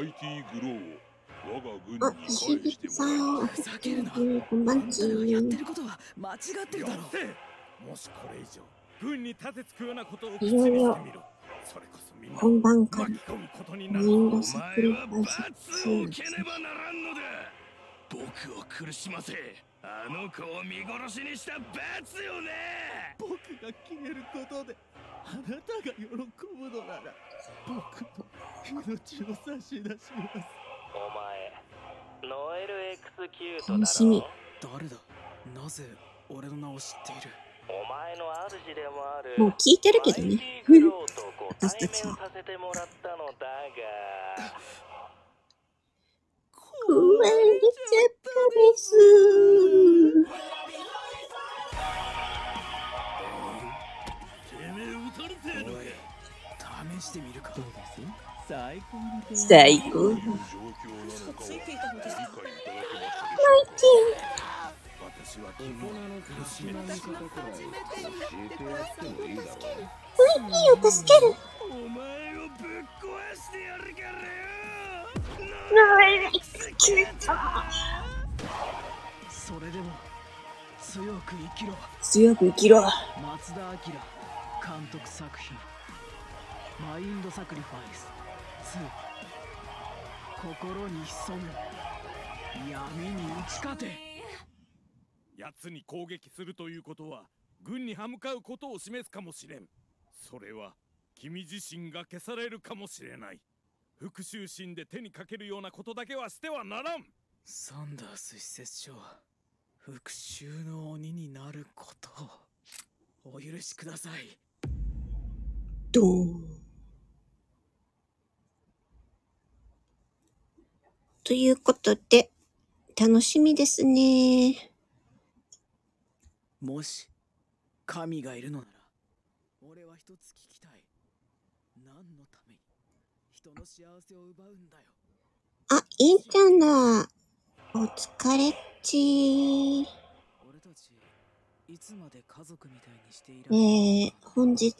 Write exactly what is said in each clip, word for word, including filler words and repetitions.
あ、石引さん。 ふざけるな。 こんばんち。 やってることは間違ってるだろ。 もしこれ以上軍に立てつくようなことをいよいよそれこそみんな本番から巻き込むことにマなる。 インドサクリファイス罰を受けねばならんのだ。僕を苦しませ、あの子を見殺しにした罰よね。 僕が消えることであなたが喜ぶのなら僕の命を差し出します。 お前ノエルエクスキュートだろ。 楽しみ。 誰だ。なぜ俺の名を知っている。 お前の主でもあるもう聞いてるけどね。 マイティグローとご私たちは。 対面させてもらったのだが、 食われちゃったです。 てめえ撃たれてえのか。 試してみるか。 どうです最高の出会い。 最高。マイテ私は君を苦しめた。 ィ、マイティを助ける。 お前をぶっ壊してやるからよ。 ノエルエクスキュート。 それでも強く生きろ。 強く生きろ。 松田明監督作品マインドサクリファイスツー。心に潜む闇に打ち勝て。 奴に攻撃するということは軍に歯向かうことを示すかもしれん。それは君自身が消されるかもしれない。復讐心で手にかけるようなことだけはしてはならん。 サンダース施設長、復讐の鬼になることをお許しください。 ドーン。ということで、楽しみですね。 もし神がいるのなら、俺は一つ聞きたい。何のために人の幸せを奪うんだよ。 あ、いいんちゃんだ。お疲れっちー。 俺たちいつまで家族みたいにしていられるのえー、本日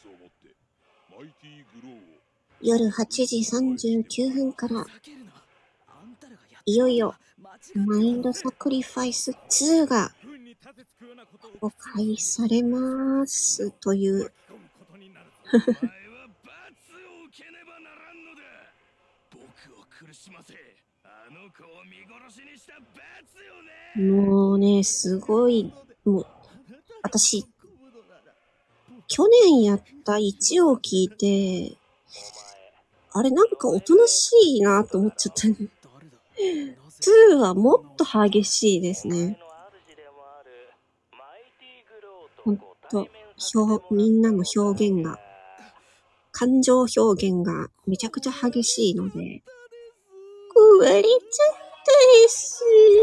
夜はちじさんじゅうきゅうふんからいよいよマインドサクリファイスツーが公開されますというお前は罰を受けねばならんのだ。僕を苦しませ、あの子を見殺しにした罰よね。 もうね、すごい、もう、私、去年やったいちを聞いて、あれなんかおとなしいなと思っちゃったね。ツーはもっと激しいですね。ほんと、表、みんなの表現が、感情表現がめちゃくちゃ激しいので、食われちゃったです。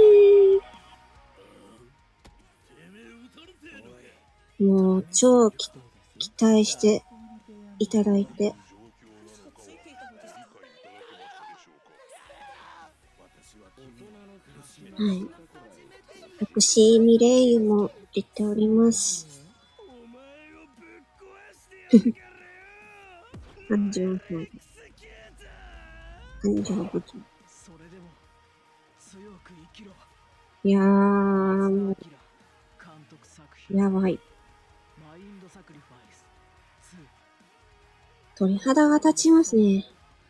もう超き期待していただいて、はい。私、ミレイユも出ております。感情表現。感情部長。いやー、もう、やばい。鳥肌が立ちますね。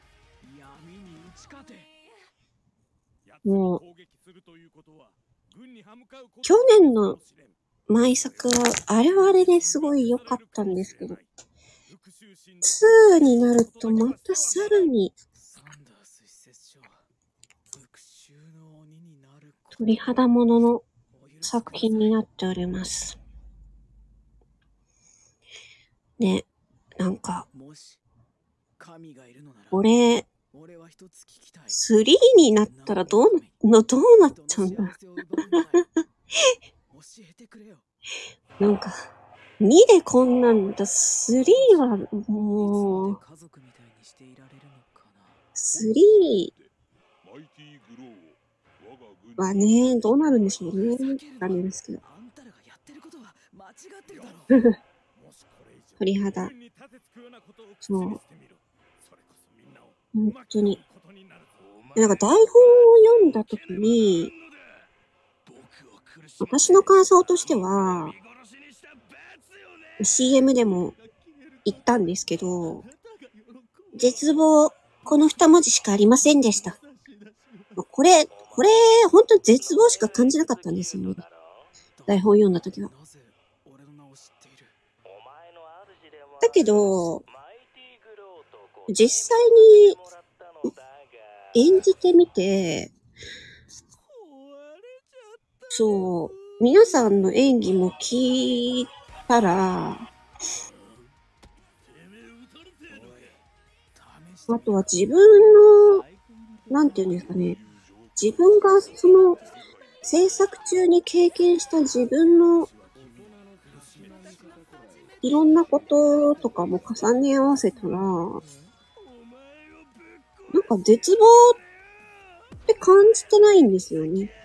もう、去年の前作は、あれはあれですごい良かったんですけど、ツーになるとまたさらに、鳥肌ものの作品になっております。ね、なんか、俺、スリーになったらどうな、どうなっちゃうんだなんか、にでこんなんだ、スリーはもう、スリーはね、どうなるんでしょうね。ダメですけど。鳥肌。そう。本当に。 でなんか台本を読んだときに、私の感想としては、シーエム でも言ったんですけど、絶望、この二文字しかありませんでした。これ、これ、本当に絶望しか感じなかったんですよね。台本読んだときは。だけど、実際に演じてみて、そう、皆さんの演技も聞いたら、あとは自分の、なんていうんですかね、自分がその制作中に経験した自分のいろんなこととかも重ね合わせたら、なんか絶望って感じてないんですよね。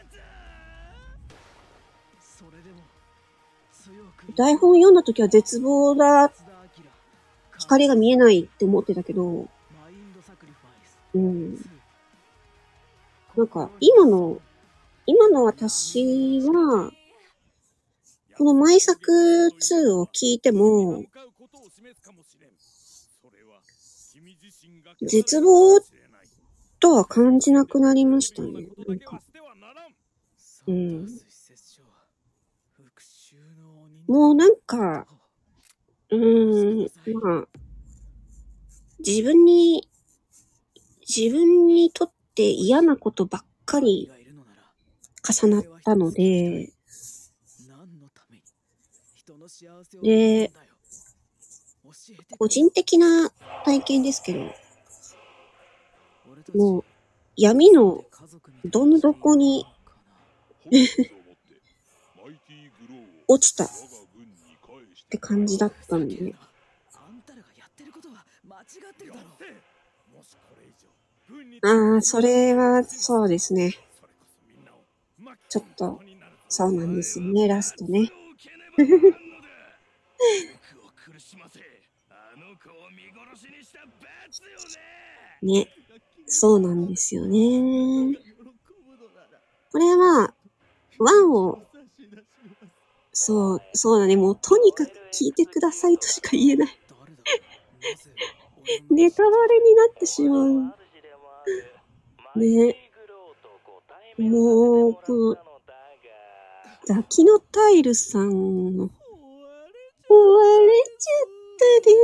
台本読んだときは絶望だ、光が見えないって思ってたけど、うん。なんか今の、今の私は、この毎作ツーを聞いても、絶望とは感じなくなりましたね。なんか。うん。もうなんか、うーん、まあ、自分に、自分にとって嫌なことばっかり重なったので、で、個人的な体験ですけど、もう闇のどん底に落ちたって感じだったんで、ああ、それはそうですね。ちょっと、そうなんですよね、ラストね。ね、そうなんですよね。これは、ワンを、そう、そうだね、もうとにかく聞いてくださいとしか言えない。ネタバレになってしまう。ね。もう、この、ザキノタイルさんの、終われちゃったです。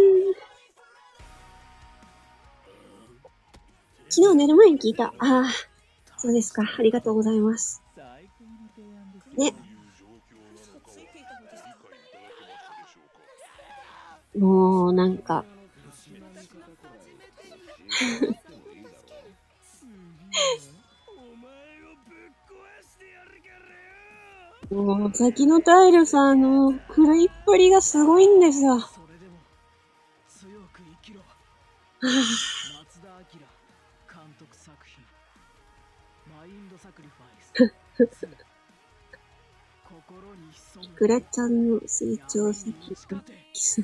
昨日寝る前に聞いた。ああ、そうですか。ありがとうございます。ね。もう、なんか。もう、ザキノタイルさんの狂いっぷりがすごいんですよ。はぁ。いくらちゃんの成長先がキス。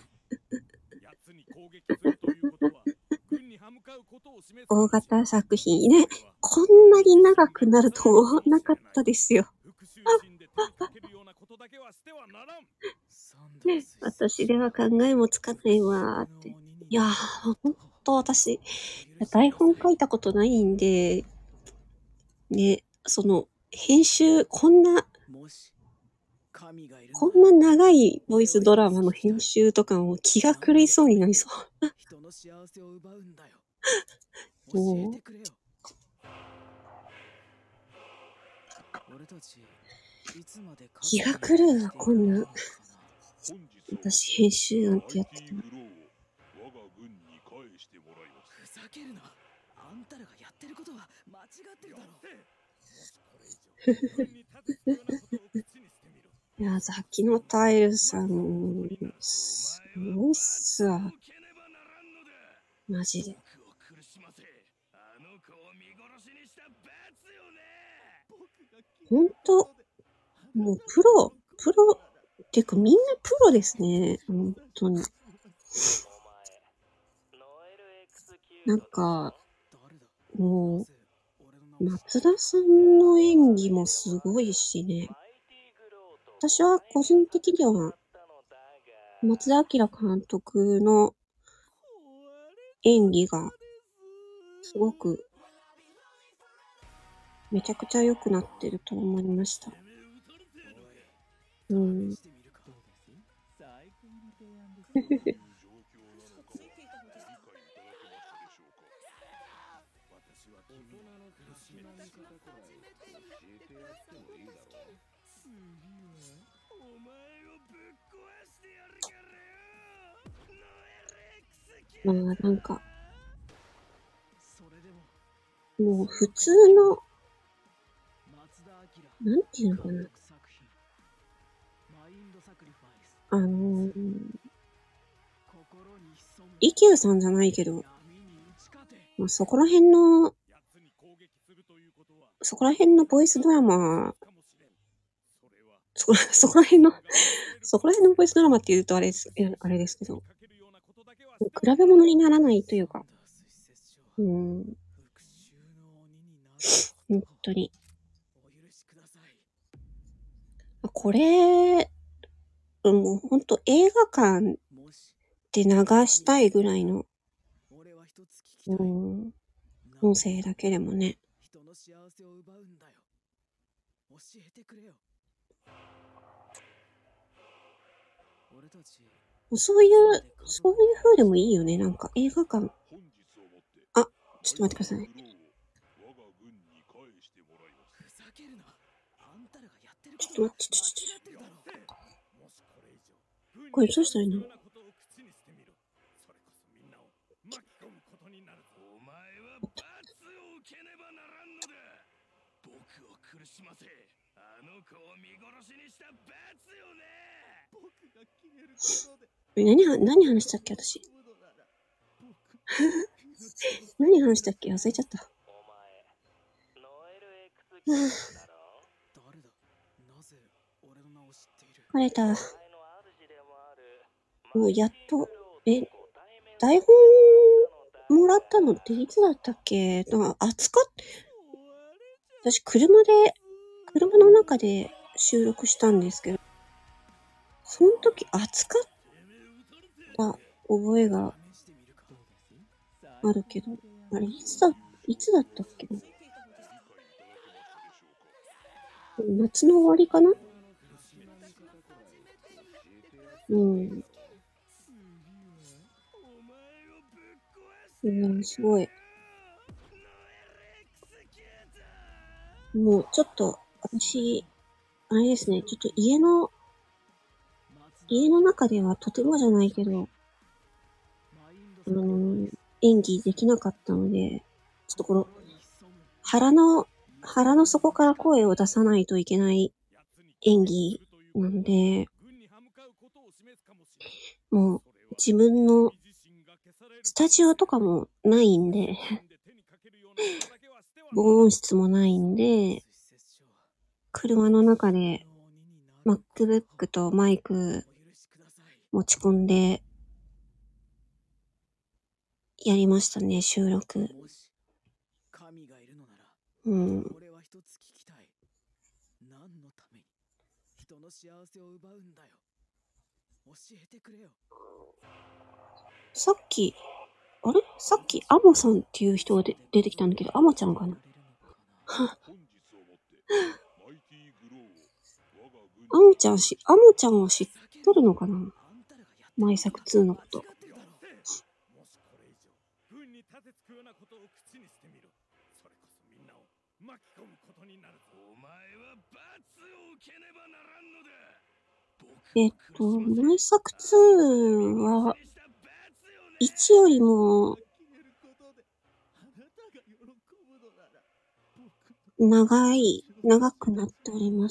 大型作品ね。こんなに長くなると思わなかったですよ。ね、私では考えもつかないわーって。いやー、ほんと私、台本書いたことないんで、ね、その、編集、こんな、こんな長いボイスドラマの編集とかも気が狂いそうになりそう。もう気が狂うわ、こんな。私編集なんてやってたら。ふざけるな。あんたらがやってることは間違ってるだろう。いや、ザキノタイルさん、すごいっすわ。マジで。ほんと、もうプロ、プロ、てかみんなプロですね。本当に。なんか、 もう、松田さんの演技もすごいしね。私は個人的には、松田明監督の演技が、すごく、めちゃくちゃ良くなってると思いました。うん。まあなんか、もう普通の、なんていうのかな。あのー、利休さんじゃないけど、まあ、そこら辺の、そこら辺のボイスドラマ、そこら、そこら辺の、そこら辺のボイスドラマって言うとあれです、あれですけど、比べ物にならないというか、うん、本当に。これ、もう本当映画館で流したいぐらいの、うん、音声だけでもね。人の幸せを奪うんだよ。教えてくれよ。俺たち。そういう、そういう風でもいいよね。なんか映画館。あ、ちょっと待ってください。ちょっと待って、ちょっと、ちょっと。これどうしたらいいの？何は、何話したっけ私。何話したっけ忘れちゃった。疲れた。もうやっと、え、台本もらったのっていつだったっけ？なんか暑かっ、私車で、車の中で収録したんですけど、その時暑かった覚えがあるけど、あれいつだ、いつだったっけな？夏の終わりかな？うん。うん、すごい。もうちょっと、私、あれですね、ちょっと家の、家の中ではとてもじゃないけど、あの、演技できなかったので、ちょっとこの、腹の、腹の底から声を出さないといけない演技なので、もう自分のスタジオとかもないんで、防音室もないんで、車の中で MacBook とマイク持ち込んでやりましたね、収録。うん。人の幸せを奪うんだよ。教えてくれよ。さっき、あれさっきアモさんっていう人がで出てきたんだけど、アモちゃんかな？はアモちゃんし、アモちゃんを知っとるのかな？前作ツーのこと。えっと、前作ツーは、いちよりも、長い、長くなっております。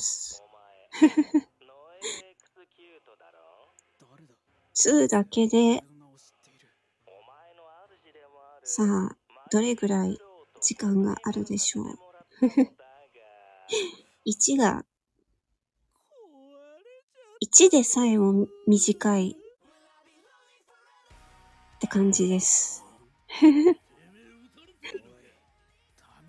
ツーだけで、さあ、どれぐらい時間があるでしょう。いちが、いちでさえも短いって感じです。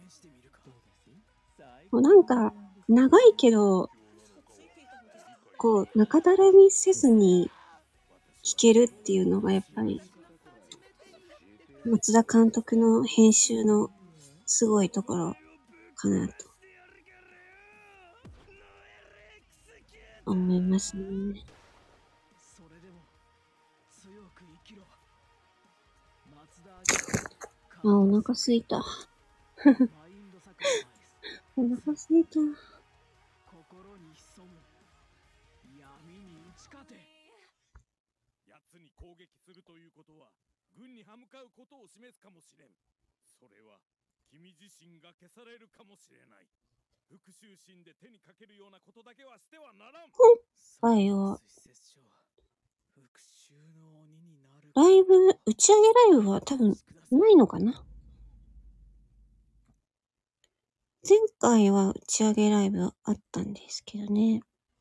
もうなんか、長いけど、こう、中だらみせずに弾けるっていうのがやっぱり、松田監督の編集のすごいところかなと思いますね。あ、お腹すいた。お腹すいた。 奴に攻撃するということは軍に歯向かうことを示すかもしれん。それは君自身が消されるかもしれない。復讐心で手にかけるようなことだけはしてはならん。 今回はライブ、打ち上げライブは多分ないのかな。前回は打ち上げライブあったんですけどね。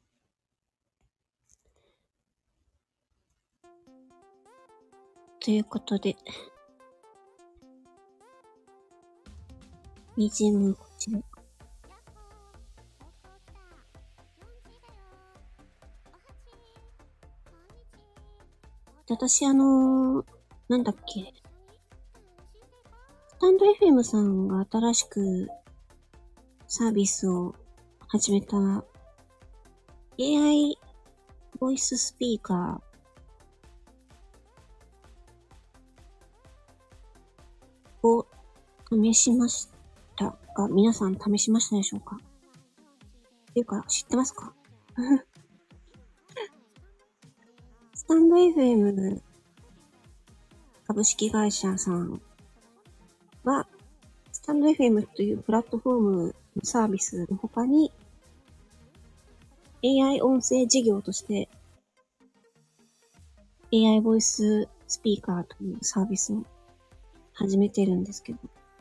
ということで、ビージーエム こちら。私あのー、なんだっけ。スタンド エフエム さんが新しくサービスを始めた エーアイ ボイススピーカーを試しましたが、皆さん試しましたでしょうか？っていうか、知ってますか？スタンド エフエム 株式会社さんは、スタンド エフエム というプラットフォームのサービスの他に、エーアイ 音声事業として、エーアイ ボイススピーカーというサービスを始めてるんですけど、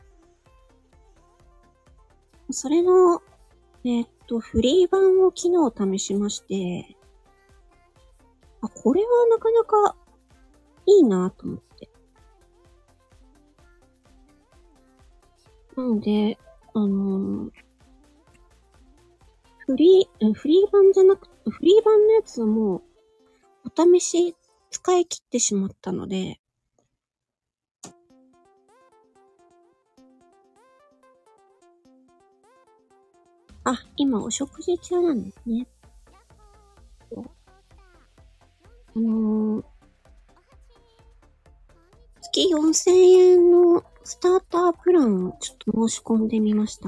それの、えーっと、フリー版を昨日試しまして、あ、これはなかなかいいなと思って。なので、あのー、フリー、フリー版じゃなくて、フリー版のやつはもう、お試し使い切ってしまったので、あ、今お食事中なんですね。あのー、月よんせんえんのスタータープランをちょっと申し込んでみました。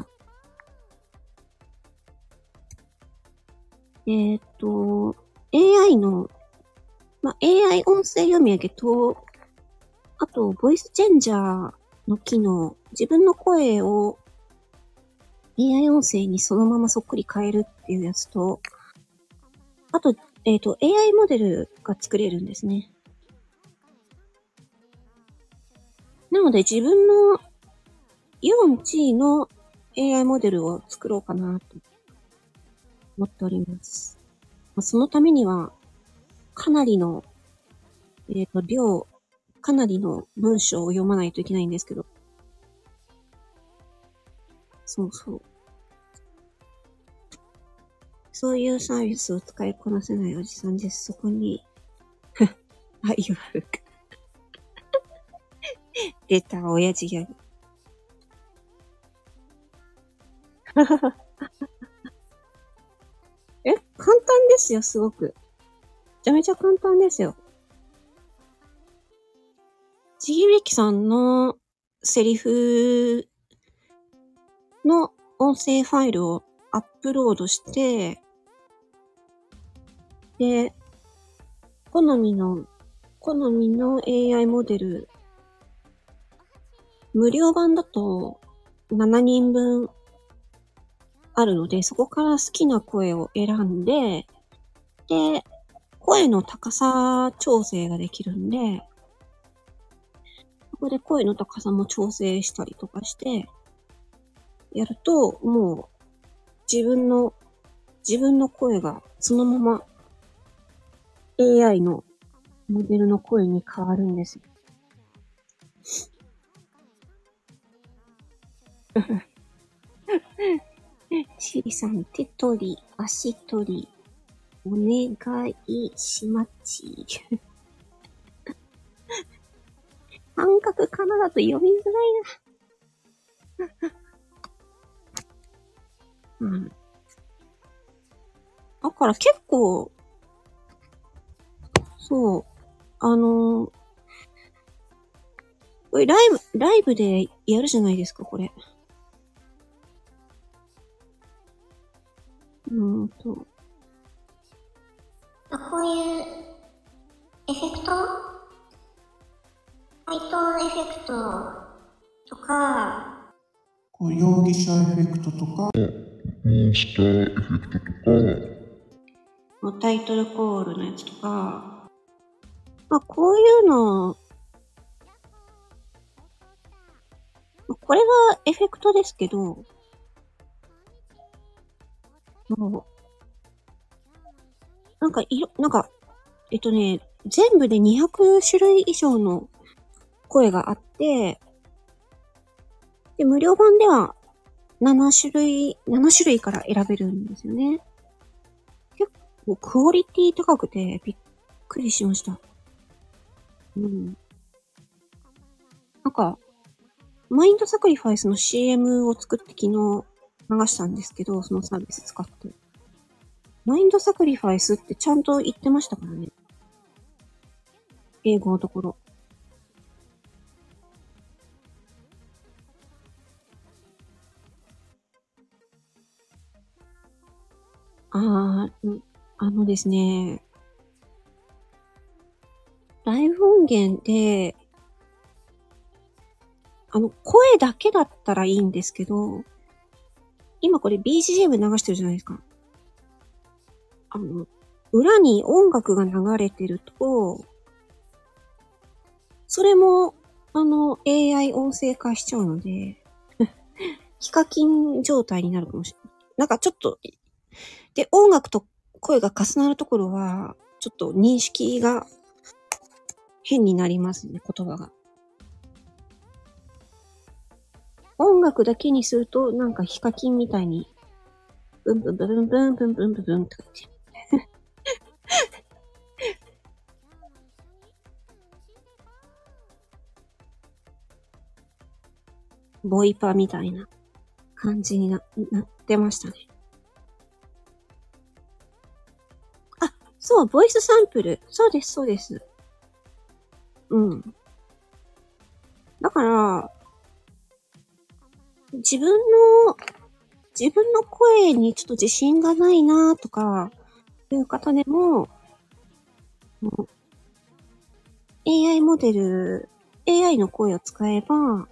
えーっと、エーアイ の、まあ、エーアイ 音声読み上げと、あと、ボイスチェンジャーの機能、自分の声を エーアイ 音声にそのままそっくり変えるっていうやつと、あと、えーっと、エーアイ モデルが作れるんですね。なので自分のユオンチーの エーアイ モデルを作ろうかなと思っております。まあ、そのためには、かなりの、えっと、量、かなりの文章を読まないといけないんですけど。そうそう。そういうサービスを使いこなせないおじさんです。そこに、愛をあるか。出た、親父ギャグ。え、簡単ですよ、すごく。めちゃめちゃ簡単ですよ。ちぎべきさんのセリフの音声ファイルをアップロードして、で、好みの、好みの エーアイ モデル、無料版だとななにんぶんあるので、そこから好きな声を選んで、で、声の高さ調整ができるんで、ここで声の高さも調整したりとかして、やると、もう、自分の、自分の声がそのまま エーアイ のモデルの声に変わるんですよ。 シリさん、手取り、足取り、お願いしまち。半角かなだと読みづらいな。うん。だから結構、そう、あのー、これライブ、ライブでやるじゃないですか、これ。うーんと。 こういうエフェクト配当エフェクトとか、 こう容疑者エフェクトとか、モンスターエフェクトとか、 タイトルコールのやつとか、まあこういうの、これはエフェクトですけど、もう、なんかいろ、なんか、えっとね、全部でにひゃくしゅるい以上の声があって、で、無料版ではななしゅるい、ななしゅるいから選べるんですよね。結構クオリティ高くてびっくりしました。うん。なんか、マインドサクリファイスの シーエム を作って昨日流したんですけど、そのサービス使って。マインドサクリファイスってちゃんと言ってましたからね。英語のところ。あー、あのですね。ライブ音源で、あの、声だけだったらいいんですけど、今これ ビージーエム 流してるじゃないですか。あの、裏に音楽が流れてると、それも、あの、エーアイ 音声化しちゃうので、ヒカキン状態になるかもしれない。なんかちょっと、で、音楽と声が重なるところは、ちょっと認識が変になりますね、言葉が。音楽だけにすると、なんかヒカキンみたいに、ブンブンブンブンブンブンブンブンって感じ。ボイパみたいな感じにな、なってましたね。あ、そう、ボイスサンプル。そうです、そうです。うん。だから、自分の、自分の声にちょっと自信がないなとか、いう方でも、エーアイ モデル、エーアイ の声を使えば、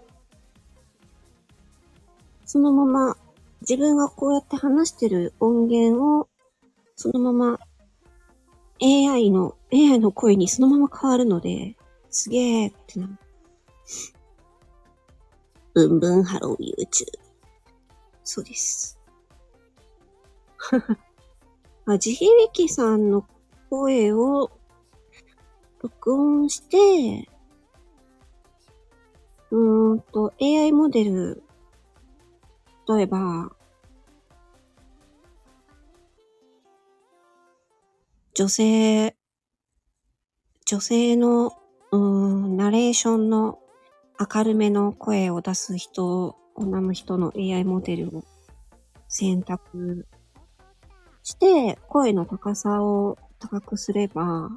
そのまま自分がこうやって話してる音源を、そのまま エーアイ の、エーアイ の声にそのまま変わるので、すげーってなる。ブンブンハロー YouTube。そうです。あ、地響きさんの声を録音して、うーんと、エーアイ モデル、例えば、女性、女性の、うーん、ナレーションの明るめの声を出す人、女の人の エーアイ モデルを選択して、声の高さを高くすれば、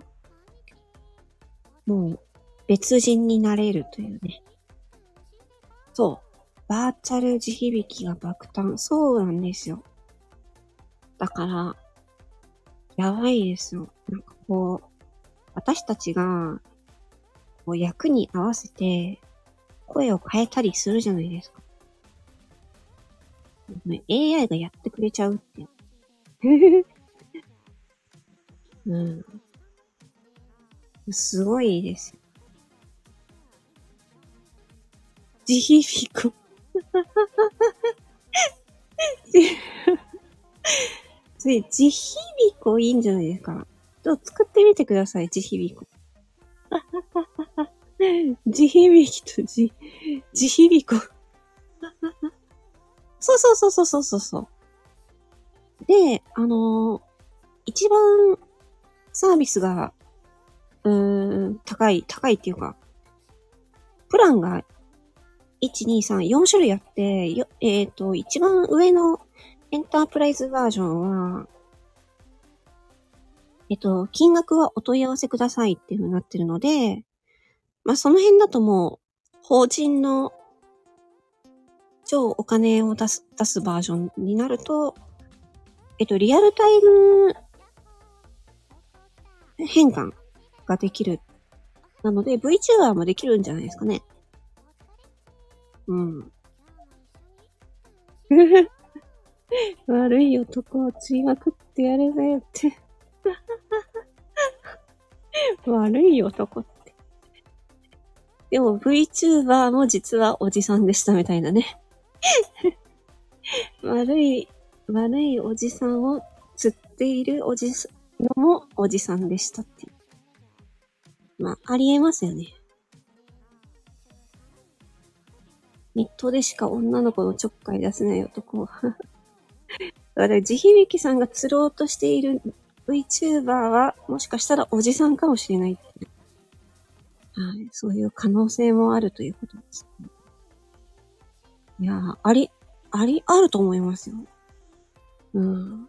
もう別人になれるというね。そう。バーチャル地響きが爆誕。そうなんですよ。だから、やばいですよ。なんかこう、私たちが、こう役に合わせて、声を変えたりするじゃないですか。エーアイ がやってくれちゃうって。うん。すごいですよ。地響こ。それ、地響こいいんじゃないですか。ちょっと作ってみてください、地響こ。地響きと地、地響こ。 そうそうそうそうそうそう。で、あのー、一番サービスが、うーん、高い、高いっていうか、プランがいち、に、さん、よん種類あって、よえっと、一番上のエンタープライズバージョンは、えっと、金額はお問い合わせくださいっていう風になってるので、まあ、その辺だともう、法人の超お金を出す、出すバージョンになると、えっと、リアルタイム変換ができる。なので、VTuber もできるんじゃないですかね。うん。悪い男を釣りまくってやるぜって。悪い男って。でも VTuber も実はおじさんでしたみたいなね。悪い、悪いおじさんを釣っているおじさんのもおじさんでしたっていう。まあ、ありえますよね。ネットでしか女の子のちょっかい出せない男は。だから、地響さんが釣ろうとしている VTuber は、もしかしたらおじさんかもしれない。はい。そういう可能性もあるということです。いやー、あり、あり、あると思いますよ。うん。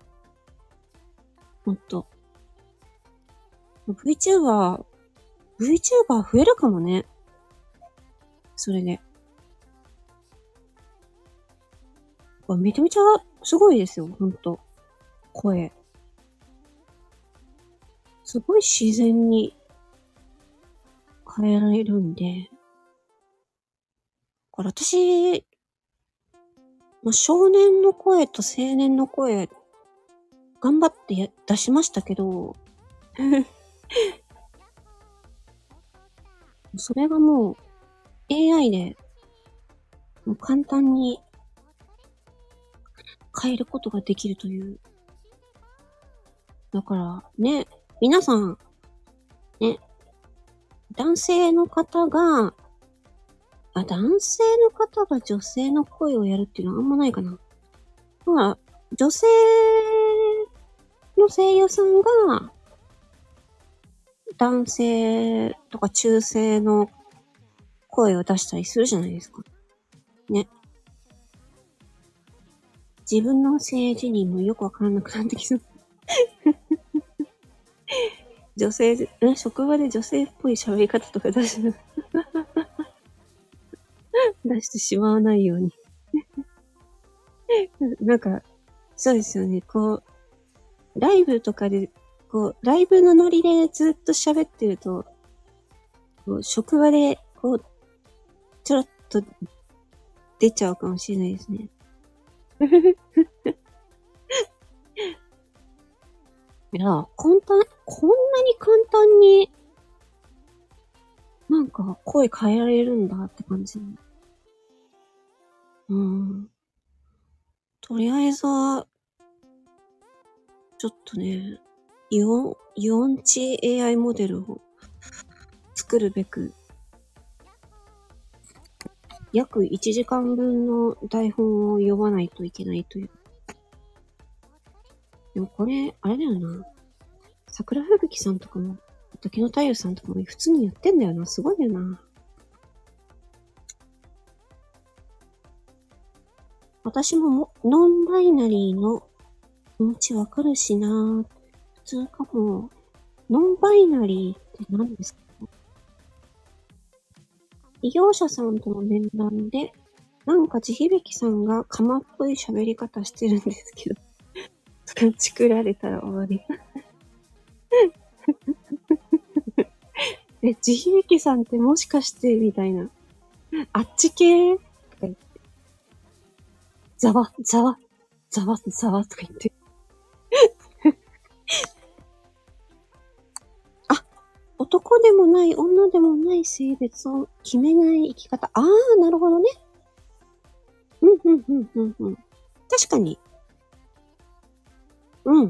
ほんと。VTuber、VTuber 増えるかもね。それで。これめちゃめちゃすごいですよ、ほんと。声。すごい自然に変えられるんで。これ私、まあ、少年の声と青年の声、頑張ってや出しましたけど、それがもう エーアイ でもう簡単に変えることができるという。だからね、皆さん、ね、男性の方が、あ、男性の方が女性の声をやるっていうのはあんまないかな。まあ、女性の声優さんが、男性とか中性の声を出したりするじゃないですか。ね。自分の政治にもよくわからなくなってきそう。女性、え、職場で女性っぽい喋り方とか出して、出してしまわないように。なんか、そうですよね。こう、ライブとかで、こう、ライブのノリでずっと喋ってると、こう職場で、こう、ちょろっと出ちゃうかもしれないですね。いや、簡単、こんなに簡単に、なんか声変えられるんだって感じ。うん。とりあえずは、ちょっとね、イオン、イオンチ エーアイ モデルを作るべく、約いちじかんぶんの台本を読まないといけないという。でもこれ、あれだよな。桜吹雪さんとかも、時の太陽さんとかも普通にやってんだよな。すごいよな。私ももノンバイナリーの気持ちわかるしな。普通かも。ノンバイナリーって何ですか？異業者さんとの面談で、なんか地響さんがカマっぽい喋り方してるんですけど、チクられたら終わり。え、地響さんってもしかしてみたいな。あっち系とか言って。ざわ、ざわ、ざわ、ざわとか言って。あ、男でもない女でもない性別を決めない生き方。あー、なるほどね。うん、うん、うん、うん、うん。確かに。うん。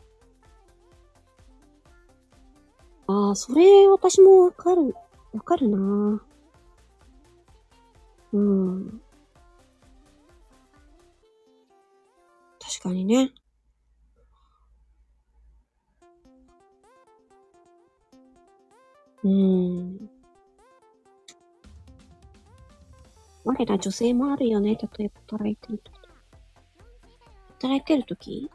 ああ、それ、私もわかる。わかるなぁ。うん。 確かにね。うーん。我ら女性もあるよね。例えば働いてるとき。働いてるとき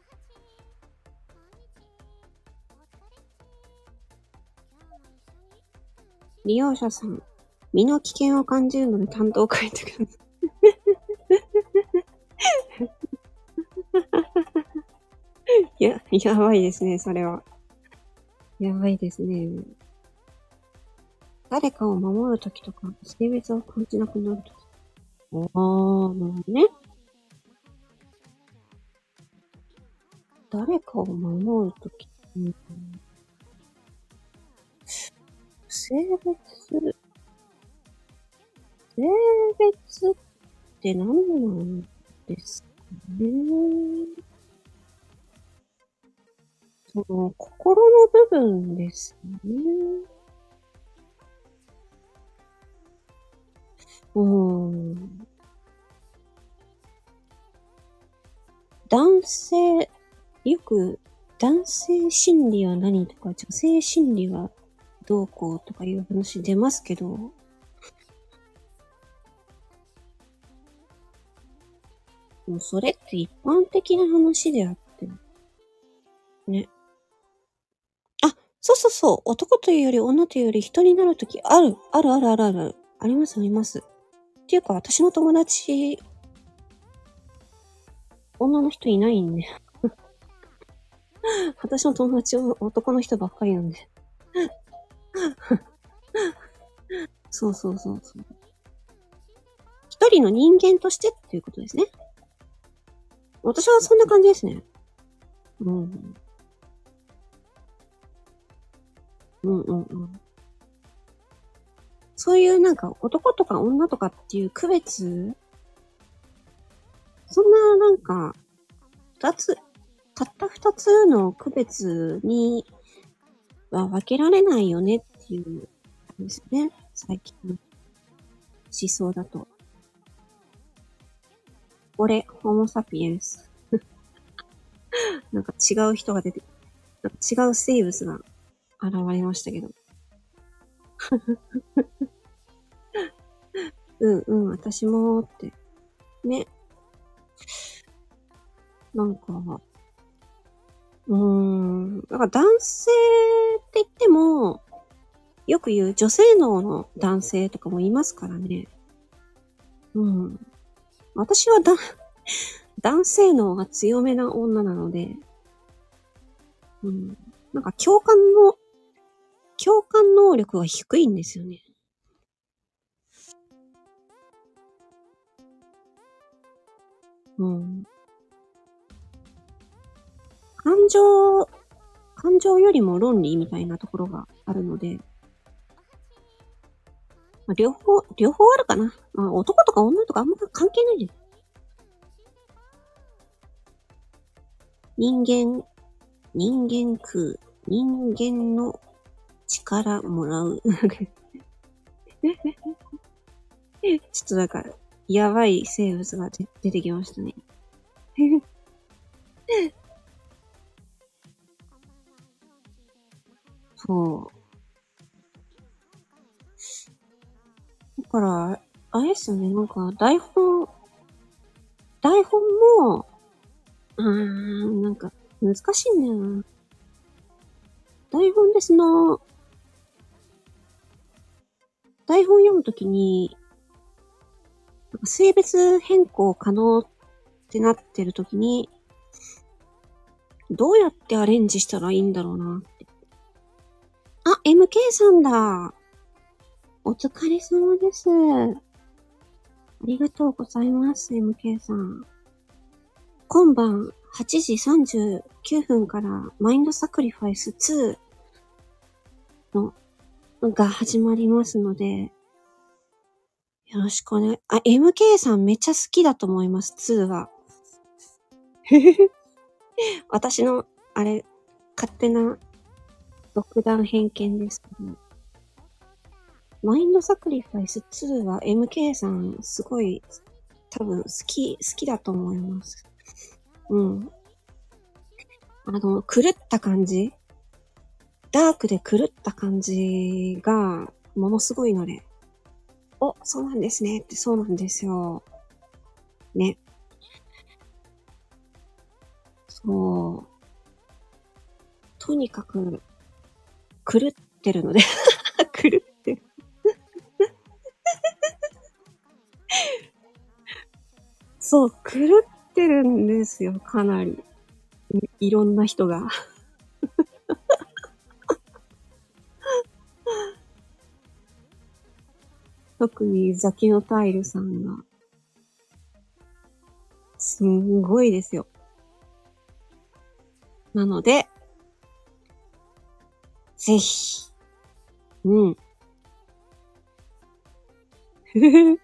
利用者さん、身の危険を感じるので担当を書いてください。いや、やばいですね、それは。やばいですね。誰かを守るときとか、性別を感じなくなるとき。あー、なるほどね。誰かを守るとき。うん、性別、性別って何なんですかね。その、心の部分ですね。うーん。男性、よく男性心理は何とか女性心理はどうこうとかいう話出ますけど、もうそれって一般的な話であって。ね。あ、そうそうそう。男というより女というより人になるときある。あるあるあるある。ありますあります。っていうか私の友達、女の人いないんで。私の友達は男の人ばっかりなんで。そうそうそうそう。一人の人間としてっていうことですね。私はそんな感じですね。うん。うんうんうん。そういうなんか男とか女とかっていう区別、そんななんか、二つ、たった二つの区別には分けられないよねっていう、ですね。最近の思想だと。俺、ホモサピエンス。なんか違う人が出て、なんか違う生物が現れましたけど。うんうん、私もって。ね。なんか、うーん、なんか男性って言っても、よく言う女性脳の男性とかもいますからね。うん。私はだ、男性脳が強めな女なので、うん。なんか共感の、共感能力が低いんですよね。うん。感情、感情よりも論理みたいなところがあるので、まあ、両方、両方あるかな。まあ、男とか女とかあんま関係ないです。人間、人間空、人間の力もらう。ちょっとなんか、やばい生物が出てきましたね。そう。だから、あれですよね、なんか、台本、台本も、うーん、なんか、難しいんだよな。台本でその、台本読むときに、なんか性別変更可能ってなってるときに、どうやってアレンジしたらいいんだろうなって。あ、エムケー さんだ。お疲れ様です。ありがとうございます、エムケー さん。今晩はちじさんじゅうきゅうふんからマインドサクリファイスツーのが始まりますので、よろしくお願い。あ、エムケー さんめっちゃ好きだと思います、ツーは。私の、あれ、勝手な独断偏見ですけど。マインドサクリファイスツーは エムケー さんすごい多分好き、好きだと思います。 うん。あの、狂った感じダークで狂った感じが、ものすごいので。お、そうなんですねって、そうなんですよ。ね。そう。とにかく、狂ってるので。狂ってる。そう、狂ってるんですよ、かなり。いろんな人が。特にザキノタイルさんが。すんごいですよ。なので、ぜひ。うん。ふふふ。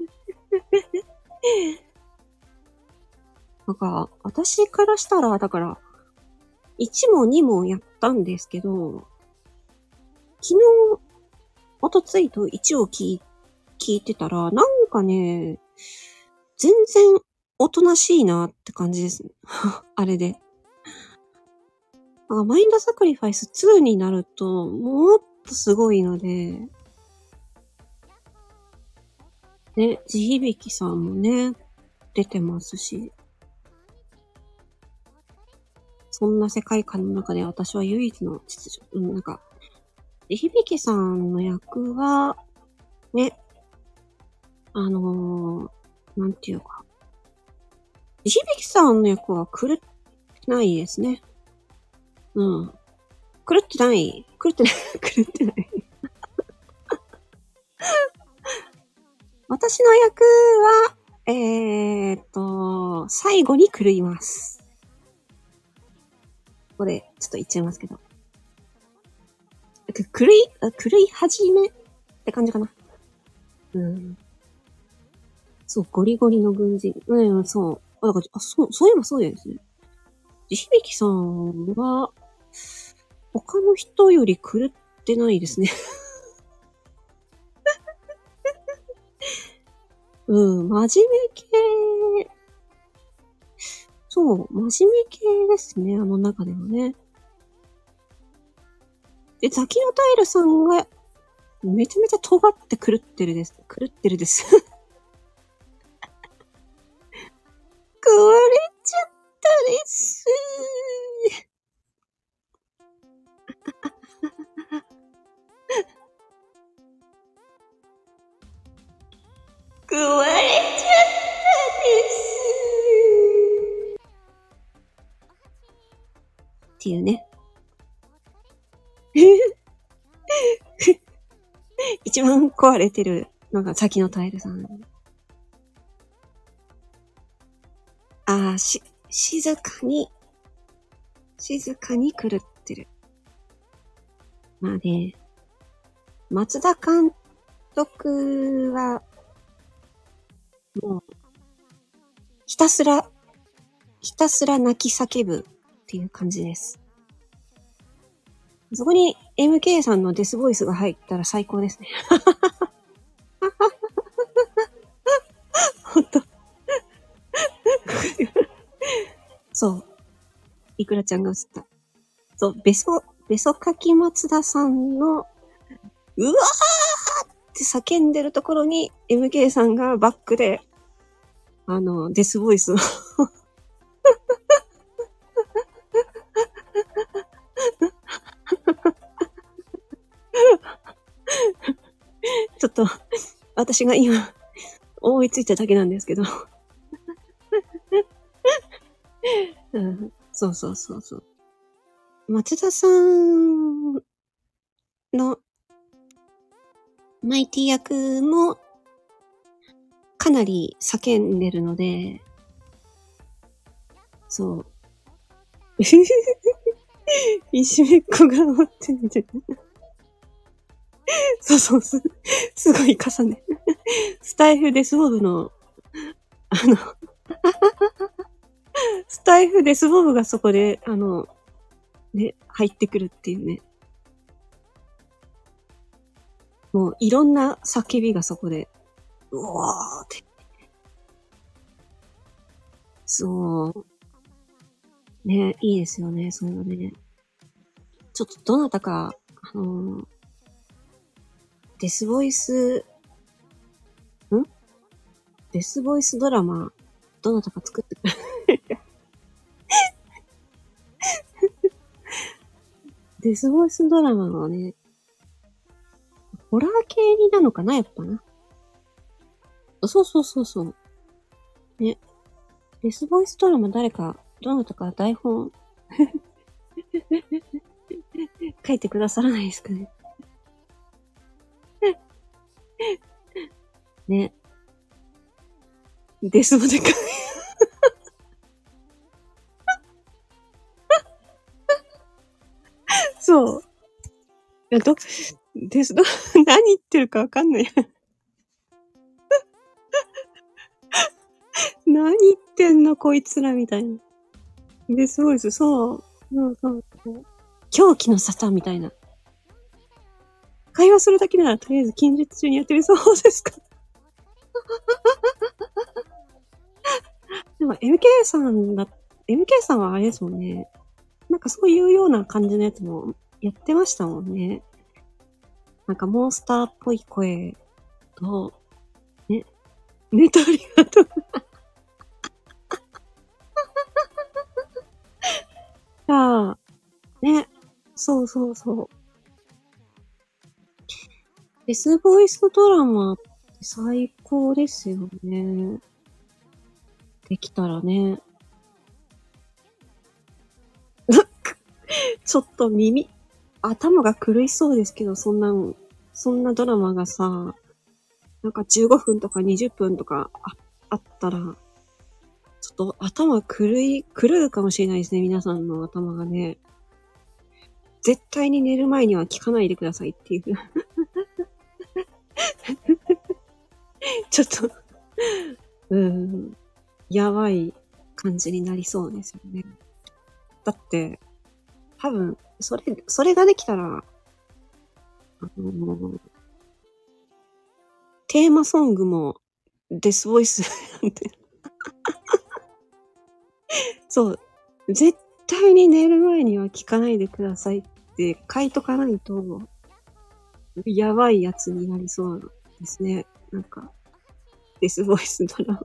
なんか、私からしたら、だから、いちもにもやったんですけど、昨日、おとついといちを聞い、聞いてたら、なんかね、全然おとなしいなって感じです。あれで。マインドサクリファイスツーになると、もっとすごいので、ね、地響さんもね、出てますし、そんな世界観の中で私は唯一の秩序、うん、なんか、地響さんの役は、ね、あのー、なんていうか、地響さんの役は狂ってないですね。うん。狂ってない。狂ってない。狂ってない。私の役は、えーっと、最後に狂います。ここで、ちょっと言っちゃいますけど。狂い、狂い始めって感じかな。うん。そう、ゴリゴリの軍人。うん、そう。あ、だから、あ、そう、そういえばそうですね。地響さんは、他の人より狂ってないですね。うん、真面目系。そう、真面目系ですね、あの中でもね。で、ザキノタイルさんが、めちゃめちゃ尖って狂ってるです。狂ってるです。狂れちゃったです。食われちゃったです。っていうね。一番壊れてるのが先のタイルさん。ああ、し、静かに、静かに狂ってる。まあね、松田監督は、もう、ひたすら、ひたすら泣き叫ぶっていう感じです。そこに エムケー さんのデスボイスが入ったら最高ですね。ほんと。そう。いくらちゃんが映った。そう、ベソ、ベソかき松田さんの、うわーって叫んでるところに エムケー さんがバックで、あの、デスボイスをちょっと、私が今、思いついただけなんですけど。うん、そうそうそうそう。松田さんのマイティ役もかなり叫んでるので、そう。石めっこが持ってみて。そうそうす、すごい重ね。スタイフデスボブの、あの、スタイフデスボブがそこで、あの、ね、入ってくるっていうね。もういろんな叫びがそこで、うわーって。そう。 ね、いいですよね、そういうのね。ちょっとどなたか、あのー、デスボイス、んデスボイスドラマ、どなたか作ってくれデスボイスドラマはね、ホラー系になのかな、やっぱな。そうそうそうそう。ね。デスボイスドラマ誰か、どなたか台本書いてくださらないですかね。ね。デスボでかい。そう。いや、ど、デスド、何言ってるかわかんない。何言ってんのこいつらみたいな。デスボイス、そう。そうそうそう。狂気の沙汰みたいな。会話するだけならとりあえず近日中にやってみそうですかでも エムケー さんだ、エムケー さんはあれですもんね。なんかそういうような感じのやつもやってましたもんね。なんかモンスターっぽい声と、ね、ネタありがとう。ああ、ね、そうそうそう。デスボイスドラマって最高ですよね。できたらね。ちょっと耳、頭が狂いそうですけど、そんな、そんなドラマがさ、なんかじゅうごふんとかにじゅっぷんとか あ, あったら、ちょっと頭狂い、狂うかもしれないですね、皆さんの頭がね。絶対に寝る前には聞かないでくださいっていう。ちょっと、うーん、やばい感じになりそうですよね。だって、多分、それ、それができたら、あのー、テーマソングもデスボイスなんて。そう。絶対に寝る前には聞かないでくださいって書いとかないと、やばいやつになりそうですね。なんか、デスボイスドラ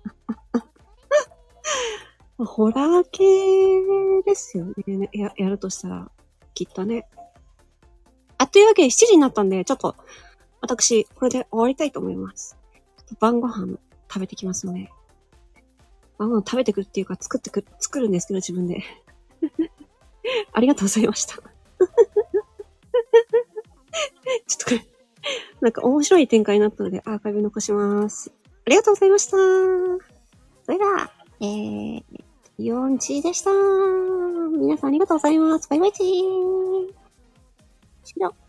マ。ホラー系ですよね。や、やるとしたら、きっとね。あ、というわけでしちじになったんで、ちょっと、私、これで終わりたいと思います。ちょっと晩ご飯食べてきますので。晩ご飯食べてくるっていうか、作ってくる、作るんですけど、自分で。ありがとうございました。ちょっとこれ、なんか面白い展開になったので、アーカイブ残します。ありがとうございました。それでは、えー、よんじでした。皆さんありがとうございます。バイバイチー。終了。